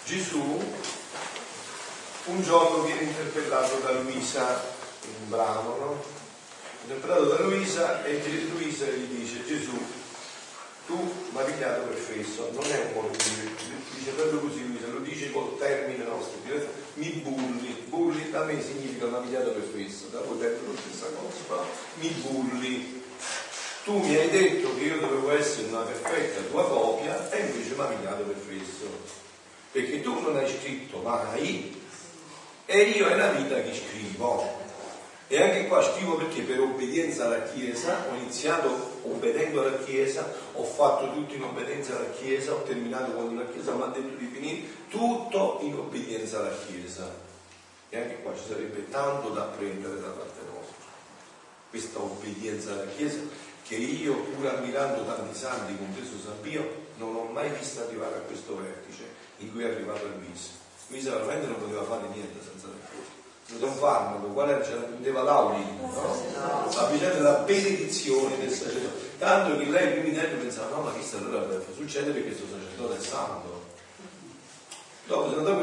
Gesù un giorno viene interpellato da Luisa, in un brano, no? Interpellato da Luisa, e Luisa gli dice: Gesù, tu mi hai pigliato per fesso. Non è un modo di dice proprio così Luisa, lo dice col termine nostro, mi bulli da me significa mi hai pigliato per fesso, da voi detto la stessa cosa, però mi bulli. Tu mi hai detto che io dovevo essere una perfetta tua copia e invece mi hai pigliato per fesso, perché tu non hai scritto mai e io è la vita che scrivo. E anche qua scrivo perché per obbedienza alla Chiesa, ho iniziato obbedendo alla Chiesa, ho fatto tutto in obbedienza alla Chiesa, ho terminato quando la Chiesa mi ha detto di finire, tutto in obbedienza alla Chiesa. E anche qua ci sarebbe tanto da apprendere da parte nostra, questa obbedienza alla Chiesa, che io, pur ammirando tanti santi, compreso San Pio, non ho mai visto arrivare a questo vertice in cui è arrivato Luisa. Luisa veramente non poteva fare niente senza la Chiesa. Un farmaco, quale ce la prendeva l'Aulino, no? La vicenda della benedizione del sacerdote, tanto che lei i primi tempi pensava: no, ma chissà, allora succede perché questo sacerdote è santo. Dopo,